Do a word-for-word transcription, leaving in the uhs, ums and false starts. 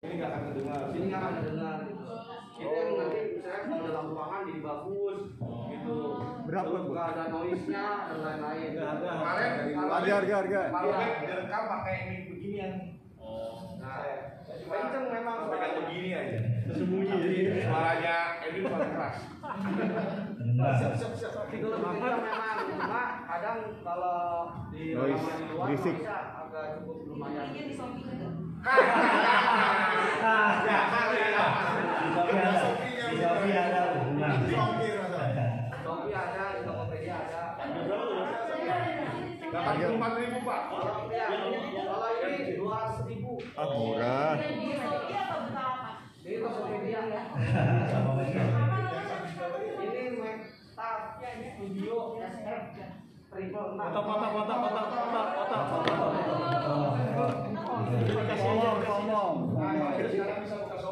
Ini nggak akan kedengar. Ini nggak akan kedengar. Itu yang nanti misalnya kalau dalam ruangan jadi bagus gitu. Berapa bu? Nggak ada noise-nya dan lain-lain. Kemarin harga harga harga. Kalau direkam pakai ini begini yang. Oh. Nah, kenceng memang. Pakai begini aja. Tersembunyi jadi. Suaranya Edwin paling keras. Itu lebih kenceng memang. Cuma kadang kalau di rekaman di luar berisik. bisa agak cukup lumayan. Ini di samping itu. Ya, kali ya. Di Shopee ada hubungan. Shopee ada, di Tokopedia ada. delapan puluh empat ribu Pak. Kalau ya, kalau ini dua ratus ribu. Ah murah. Di Shopee atau Bukalapak? Di Tokopedia ya. Ini Meta Studio S F Triple enam. Kotak kotak kotak kotak kotak kotak kotak. Ngomong, ngomong. Sekarang bisa buka